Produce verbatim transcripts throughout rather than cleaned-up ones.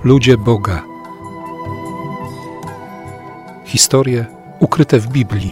Ludzie Boga. Historie ukryte w Biblii.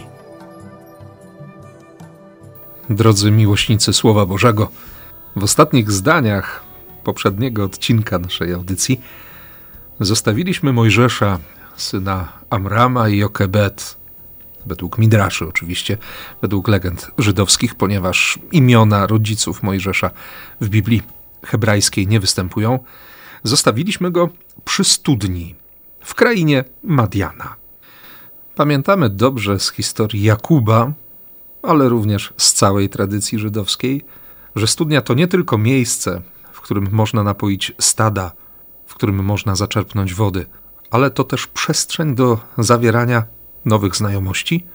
Drodzy miłośnicy Słowa Bożego, w ostatnich zdaniach poprzedniego odcinka naszej audycji zostawiliśmy Mojżesza, syna Amrama i Jokebed, według Midraszy oczywiście, według legend żydowskich, ponieważ imiona rodziców Mojżesza w Biblii hebrajskiej nie występują, zostawiliśmy go przy studni w krainie Madiana. Pamiętamy dobrze z historii Jakuba, ale również z całej tradycji żydowskiej, że studnia to nie tylko miejsce, w którym można napoić stada, w którym można zaczerpnąć wody, ale to też przestrzeń do zawierania nowych znajomości,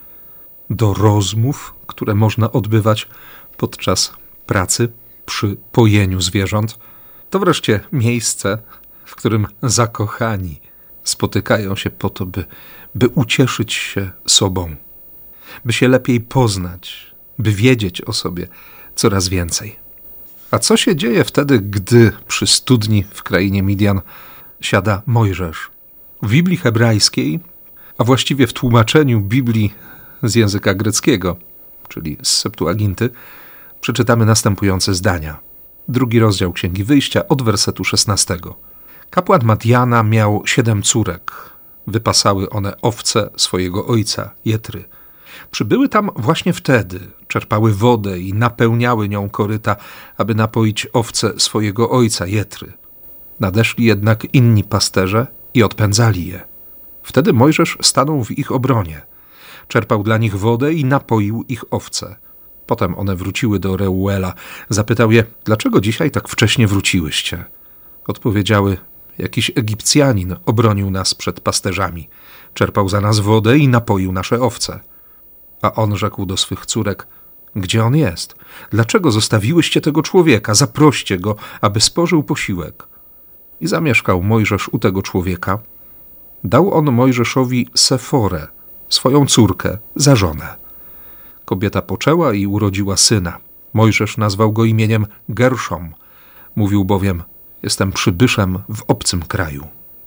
do rozmów, które można odbywać podczas pracy przy pojeniu zwierząt. To wreszcie miejsce, w którym zakochani spotykają się po to, by, by ucieszyć się sobą, by się lepiej poznać, by wiedzieć o sobie coraz więcej. A co się dzieje wtedy, gdy przy studni w krainie Midian siada Mojżesz? W Biblii hebrajskiej, a właściwie w tłumaczeniu Biblii z języka greckiego, czyli z Septuaginty, przeczytamy następujące zdania. Drugi rozdział Księgi Wyjścia od wersetu szesnastego. Kapłan Madiana miał siedem córek. Wypasały one owce swojego ojca, Jetry. Przybyły tam właśnie wtedy, czerpały wodę i napełniały nią koryta, aby napoić owce swojego ojca, Jetry. Nadeszli jednak inni pasterze i odpędzali je. Wtedy Mojżesz stanął w ich obronie. Czerpał dla nich wodę i napoił ich owce. Potem one wróciły do Reuela. Zapytał je, dlaczego dzisiaj tak wcześnie wróciłyście? Odpowiedziały, jakiś Egipcjanin obronił nas przed pasterzami. Czerpał za nas wodę i napoił nasze owce. A on rzekł do swych córek, gdzie on jest? Dlaczego zostawiłyście tego człowieka? Zaproście go, aby spożył posiłek. I zamieszkał Mojżesz u tego człowieka. Dał on Mojżeszowi Seforę, swoją córkę, za żonę. Kobieta poczęła i urodziła syna. Mojżesz nazwał go imieniem Gerszom. Mówił bowiem, jestem przybyszem w obcym kraju.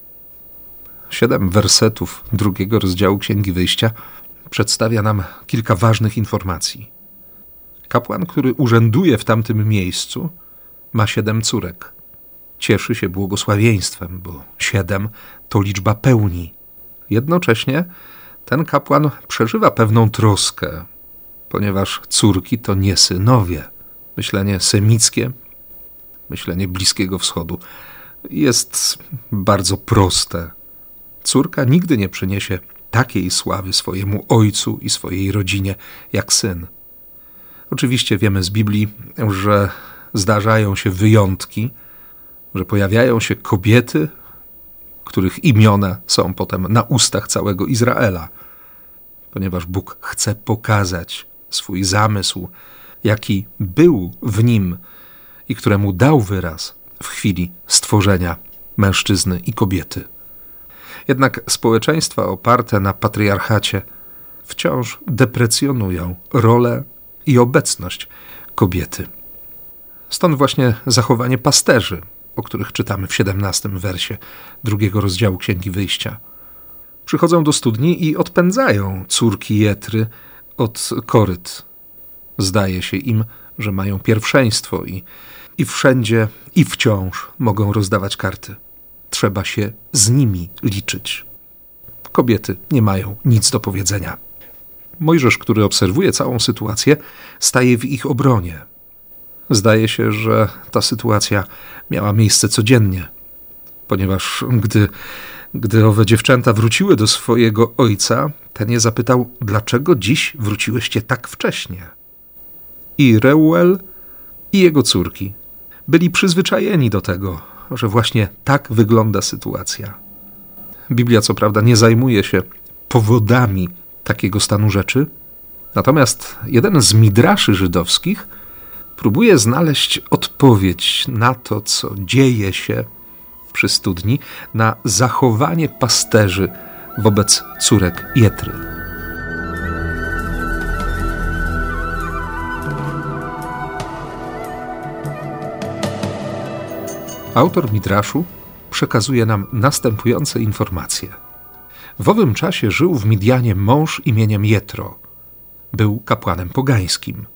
Siedem wersetów drugiego rozdziału Księgi Wyjścia przedstawia nam kilka ważnych informacji. Kapłan, który urzęduje w tamtym miejscu, ma siedem córek. Cieszy się błogosławieństwem, bo siedem to liczba pełni. Jednocześnie ten kapłan przeżywa pewną troskę, ponieważ córki to nie synowie. Myślenie semickie, myślenie Bliskiego Wschodu jest bardzo proste. Córka nigdy nie przyniesie takiej sławy swojemu ojcu i swojej rodzinie jak syn. Oczywiście wiemy z Biblii, że zdarzają się wyjątki, że pojawiają się kobiety, których imiona są potem na ustach całego Izraela, ponieważ Bóg chce pokazać swój zamysł, jaki był w nim i któremu dał wyraz w chwili stworzenia mężczyzny i kobiety. Jednak społeczeństwa oparte na patriarchacie wciąż deprecjonują rolę i obecność kobiety. Stąd właśnie zachowanie pasterzy, o których czytamy w siedemnastym wersie drugiego rozdziału Księgi Wyjścia. Przychodzą do studni i odpędzają córki Jetry od koryt. Zdaje się im, że mają pierwszeństwo i, i wszędzie i wciąż mogą rozdawać karty. Trzeba się z nimi liczyć. Kobiety nie mają nic do powiedzenia. Mojżesz, który obserwuje całą sytuację, staje w ich obronie. Zdaje się, że ta sytuacja miała miejsce codziennie, ponieważ gdy, gdy owe dziewczęta wróciły do swojego ojca, ten je zapytał, dlaczego dziś wróciłyście tak wcześnie? I Reuel, i jego córki byli przyzwyczajeni do tego, że właśnie tak wygląda sytuacja. Biblia co prawda nie zajmuje się powodami takiego stanu rzeczy, natomiast jeden z midraszy żydowskich próbuje znaleźć odpowiedź na to, co dzieje się przy studni, na zachowanie pasterzy wobec córek Jetry. Autor Midraszu przekazuje nam następujące informacje. W owym czasie żył w Midianie mąż imieniem Jetro. Był kapłanem pogańskim.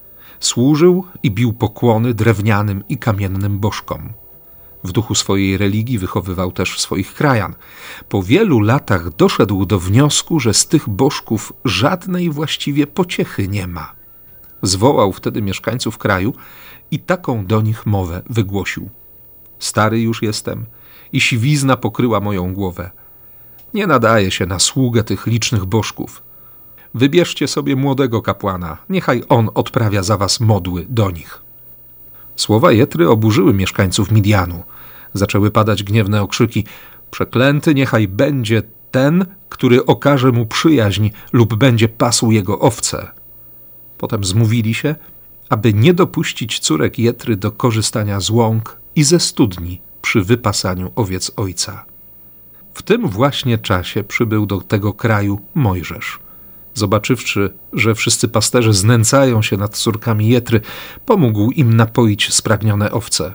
Służył i bił pokłony drewnianym i kamiennym bożkom. W duchu swojej religii wychowywał też swoich krajan. Po wielu latach doszedł do wniosku, że z tych bożków żadnej właściwie pociechy nie ma. Zwołał wtedy mieszkańców kraju i taką do nich mowę wygłosił. Stary już jestem i siwizna pokryła moją głowę. Nie nadaje się na sługę tych licznych bożków. Wybierzcie sobie młodego kapłana, niechaj on odprawia za was modły do nich. Słowa Jetry oburzyły mieszkańców Midianu. Zaczęły padać gniewne okrzyki: przeklęty niechaj będzie ten, który okaże mu przyjaźń lub będzie pasł jego owce. Potem zmówili się, aby nie dopuścić córek Jetry do korzystania z łąk i ze studni przy wypasaniu owiec ojca. W tym właśnie czasie przybył do tego kraju Mojżesz. Zobaczywszy, że wszyscy pasterze znęcają się nad córkami Jetry, pomógł im napoić spragnione owce.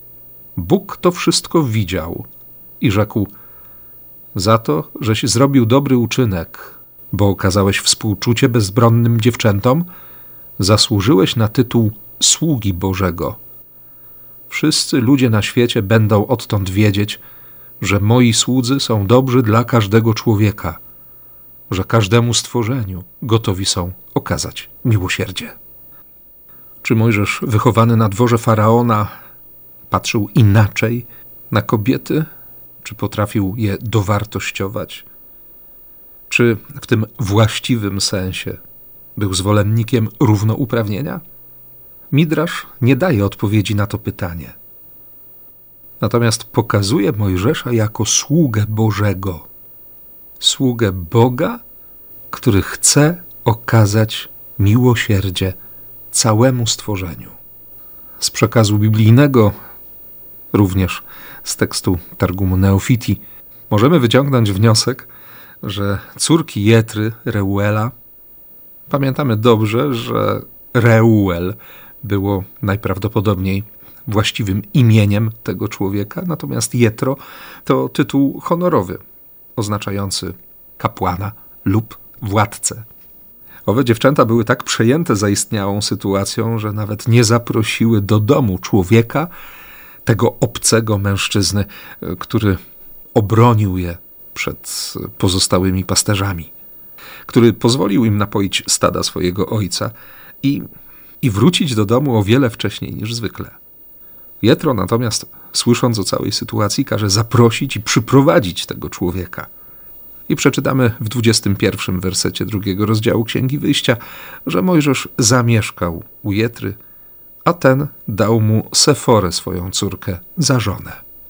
Bóg to wszystko widział i rzekł: za to, żeś zrobił dobry uczynek, bo okazałeś współczucie bezbronnym dziewczętom, zasłużyłeś na tytuł sługi Bożego. Wszyscy ludzie na świecie będą odtąd wiedzieć, że moi słudzy są dobrzy dla każdego człowieka, że każdemu stworzeniu gotowi są okazać miłosierdzie. Czy Mojżesz, wychowany na dworze Faraona, patrzył inaczej na kobiety? Czy potrafił je dowartościować? Czy w tym właściwym sensie był zwolennikiem równouprawnienia? Midrasz nie daje odpowiedzi na to pytanie. Natomiast pokazuje Mojżesza jako sługę Bożego. Sługę Boga, który chce okazać miłosierdzie całemu stworzeniu. Z przekazu biblijnego, również z tekstu Targumu Neofiti, możemy wyciągnąć wniosek, że córki Jetry, Reuela, pamiętamy dobrze, że Reuel było najprawdopodobniej właściwym imieniem tego człowieka, natomiast Jetro to tytuł honorowy, oznaczający kapłana lub władcę. Owe dziewczęta były tak przejęte zaistniałą sytuacją, że nawet nie zaprosiły do domu człowieka, tego obcego mężczyzny, który obronił je przed pozostałymi pasterzami, który pozwolił im napoić stada swojego ojca i, i wrócić do domu o wiele wcześniej niż zwykle. Jetro natomiast, słysząc o całej sytuacji, każe zaprosić i przyprowadzić tego człowieka. I przeczytamy w dwudziestym pierwszym wersecie drugiego rozdziału Księgi Wyjścia, że Mojżesz zamieszkał u Jetry, a ten dał mu Seforę, swoją córkę, za żonę.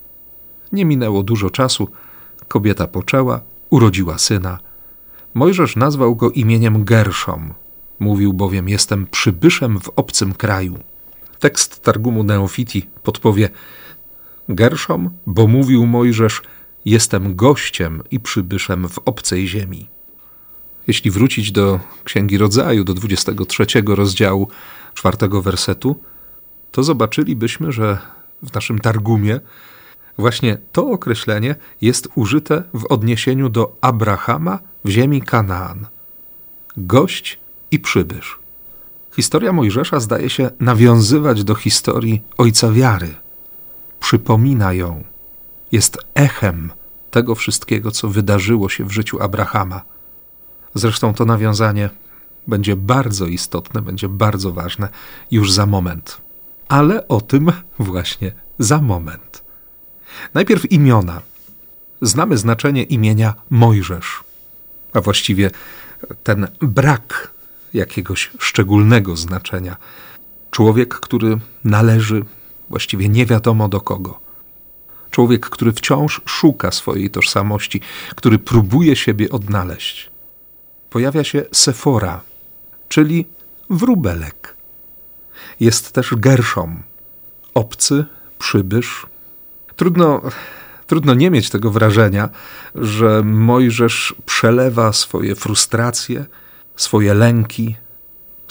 Nie minęło dużo czasu, kobieta poczęła, urodziła syna. Mojżesz nazwał go imieniem Gerszom, mówił bowiem: jestem przybyszem w obcym kraju. Tekst Targumu Neofiti podpowie: Gerszom, bo mówił Mojżesz: jestem gościem i przybyszem w obcej ziemi. Jeśli wrócić do Księgi Rodzaju, do dwudziestego trzeciego rozdziału, czwartego wersetu, to zobaczylibyśmy, że w naszym Targumie właśnie to określenie jest użyte w odniesieniu do Abrahama w ziemi Kanaan. Gość i przybysz. Historia Mojżesza zdaje się nawiązywać do historii ojca wiary. Przypomina ją. Jest echem tego wszystkiego, co wydarzyło się w życiu Abrahama. Zresztą to nawiązanie będzie bardzo istotne, będzie bardzo ważne już za moment. Ale o tym właśnie za moment. Najpierw imiona. Znamy znaczenie imienia Mojżesz, a właściwie ten brak jakiegoś szczególnego znaczenia. Człowiek, który należy właściwie nie wiadomo do kogo. Człowiek, który wciąż szuka swojej tożsamości, który próbuje siebie odnaleźć. Pojawia się Sefora, czyli wróbelek. Jest też Gerszom, obcy, przybysz. Trudno, trudno nie mieć tego wrażenia, że Mojżesz przelewa swoje frustracje, swoje lęki,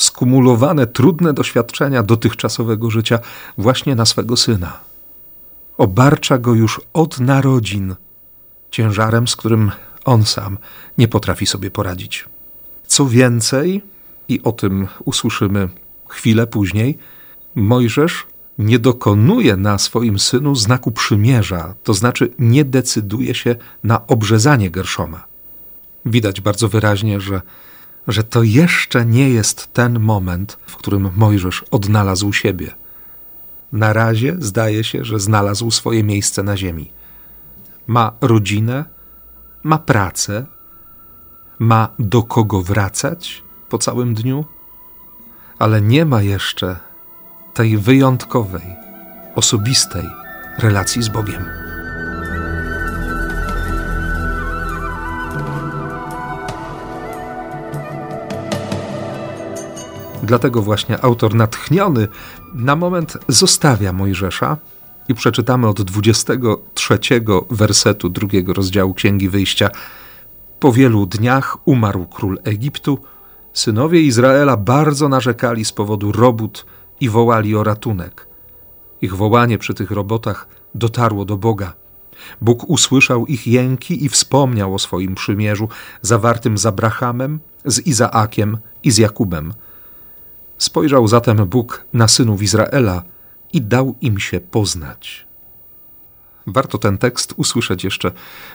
skumulowane trudne doświadczenia dotychczasowego życia właśnie na swego syna. obarcza go już od narodzin ciężarem, z którym on sam nie potrafi sobie poradzić. Co więcej, i o tym usłyszymy chwilę później, Mojżesz nie dokonuje na swoim synu znaku przymierza, to znaczy nie decyduje się na obrzezanie Gerszoma. Widać bardzo wyraźnie, że, że to jeszcze nie jest ten moment, w którym Mojżesz odnalazł siebie. Na razie zdaje się, że znalazł swoje miejsce na ziemi. Ma rodzinę, ma pracę, ma do kogo wracać po całym dniu, ale nie ma jeszcze tej wyjątkowej, osobistej relacji z Bogiem. Dlatego właśnie autor natchniony na moment zostawia Mojżesza i przeczytamy od dwudziestego trzeciego wersetu drugiego rozdziału Księgi Wyjścia. Po wielu dniach umarł król Egiptu. Synowie Izraela bardzo narzekali z powodu robót i wołali o ratunek. Ich wołanie przy tych robotach dotarło do Boga. Bóg usłyszał ich jęki i wspomniał o swoim przymierzu zawartym z Abrahamem, z Izaakiem i z Jakubem. Spojrzał zatem Bóg na synów Izraela i dał im się poznać. Warto ten tekst usłyszeć jeszcze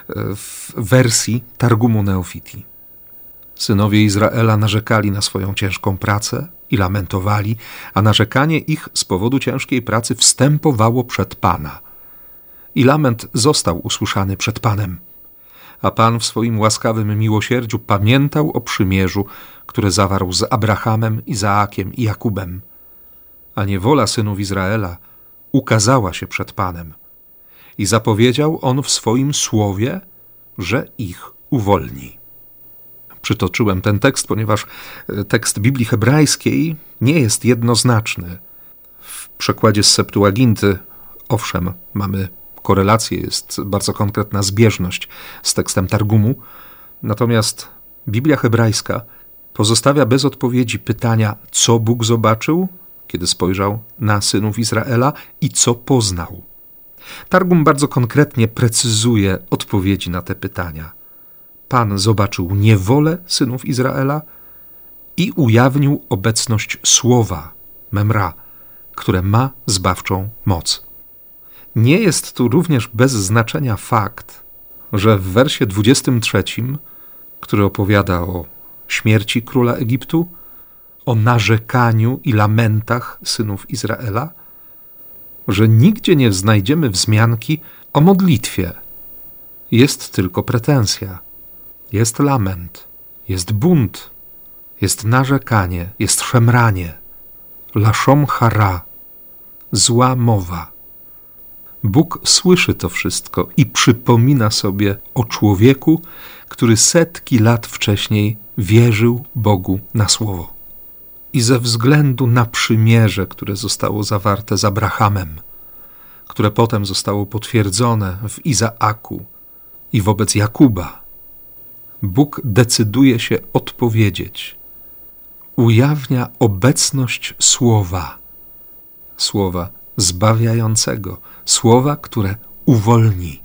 w wersji Targumu Neofiti. Synowie Izraela narzekali na swoją ciężką pracę i lamentowali, a narzekanie ich z powodu ciężkiej pracy wstępowało przed Pana. I lament został usłyszany przed Panem. A Pan w swoim łaskawym miłosierdziu pamiętał o przymierzu, które zawarł z Abrahamem, Izaakiem i Jakubem. A niewola synów Izraela ukazała się przed Panem. I zapowiedział On w swoim słowie, że ich uwolni. Przytoczyłem ten tekst, ponieważ tekst Biblii hebrajskiej nie jest jednoznaczny. W przekładzie z Septuaginty, owszem, mamy korelację, jest bardzo konkretna zbieżność z tekstem Targumu, natomiast Biblia hebrajska pozostawia bez odpowiedzi pytania, co Bóg zobaczył, kiedy spojrzał na synów Izraela i co poznał. Targum bardzo konkretnie precyzuje odpowiedzi na te pytania. Pan zobaczył niewolę synów Izraela i ujawnił obecność słowa, memra, które ma zbawczą moc. Nie jest tu również bez znaczenia fakt, że w wersie dwudziestym trzecim, który opowiada o śmierci króla Egiptu, o narzekaniu i lamentach synów Izraela, że nigdzie nie znajdziemy wzmianki o modlitwie. Jest tylko pretensja, jest lament, jest bunt, jest narzekanie, jest szemranie, laszom hara, zła mowa. Bóg słyszy to wszystko i przypomina sobie o człowieku, który setki lat wcześniej wierzył Bogu na słowo. I ze względu na przymierze, które zostało zawarte z Abrahamem, które potem zostało potwierdzone w Izaaku i wobec Jakuba, Bóg decyduje się odpowiedzieć. Ujawnia obecność słowa, słowa zbawiającego, słowa, które uwolni.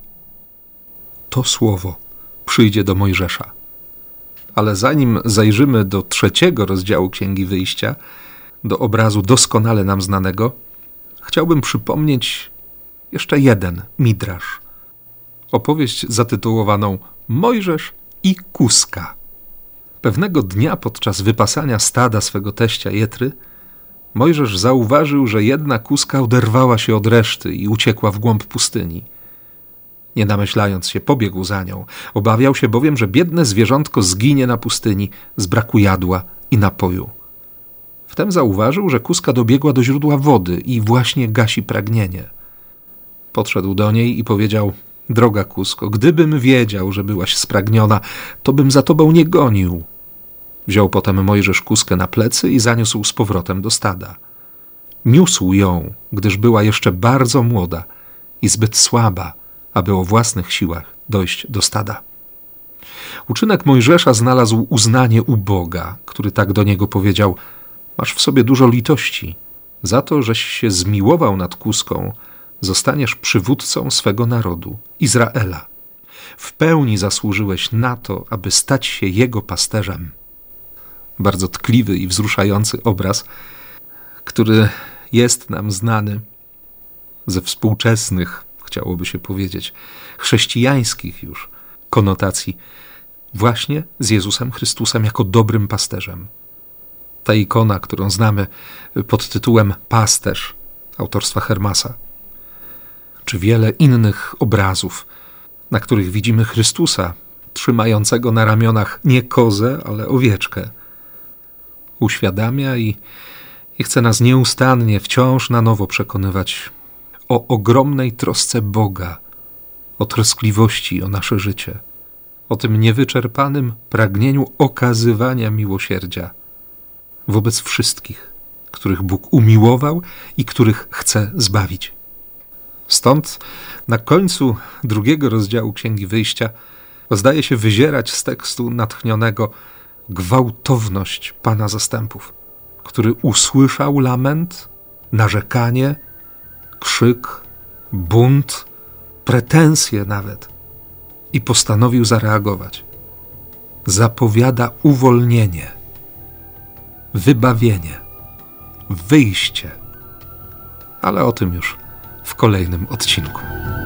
To słowo przyjdzie do Mojżesza. Ale zanim zajrzymy do trzeciego rozdziału Księgi Wyjścia, do obrazu doskonale nam znanego, chciałbym przypomnieć jeszcze jeden midrasz. Opowieść zatytułowaną Mojżesz i kuska. Pewnego dnia podczas wypasania stada swego teścia Jetry, Mojżesz zauważył, że jedna kuska oderwała się od reszty i uciekła w głąb pustyni. Nie namyślając się, pobiegł za nią. Obawiał się bowiem, że biedne zwierzątko zginie na pustyni z braku jadła i napoju. Wtem zauważył, że kuska dobiegła do źródła wody i właśnie gasi pragnienie. Podszedł do niej i powiedział: droga kusko, gdybym wiedział, że byłaś spragniona, to bym za tobą nie gonił. Wziął potem Mojżesz kuskę na plecy i zaniósł z powrotem do stada. Niósł ją, gdyż była jeszcze bardzo młoda i zbyt słaba, aby o własnych siłach dojść do stada. Uczynek Mojżesza znalazł uznanie u Boga, który tak do niego powiedział: masz w sobie dużo litości. Za to, żeś się zmiłował nad kuską, zostaniesz przywódcą swego narodu, Izraela. W pełni zasłużyłeś na to, aby stać się jego pasterzem. Bardzo tkliwy i wzruszający obraz, który jest nam znany ze współczesnych, chciałoby się powiedzieć, chrześcijańskich już konotacji, właśnie z Jezusem Chrystusem jako dobrym pasterzem. Ta ikona, którą znamy pod tytułem Pasterz autorstwa Hermasa, czy wiele innych obrazów, na których widzimy Chrystusa trzymającego na ramionach nie kozę, ale owieczkę, uświadamia i, i chce nas nieustannie wciąż na nowo przekonywać o ogromnej trosce Boga, o troskliwości o nasze życie, o tym niewyczerpanym pragnieniu okazywania miłosierdzia wobec wszystkich, których Bóg umiłował i których chce zbawić. Stąd na końcu drugiego rozdziału Księgi Wyjścia zdaje się wyzierać z tekstu natchnionego gwałtowność Pana zastępów, który usłyszał lament, narzekanie, krzyk, bunt, pretensje nawet i postanowił zareagować. Zapowiada uwolnienie, wybawienie, wyjście, ale o tym już w kolejnym odcinku.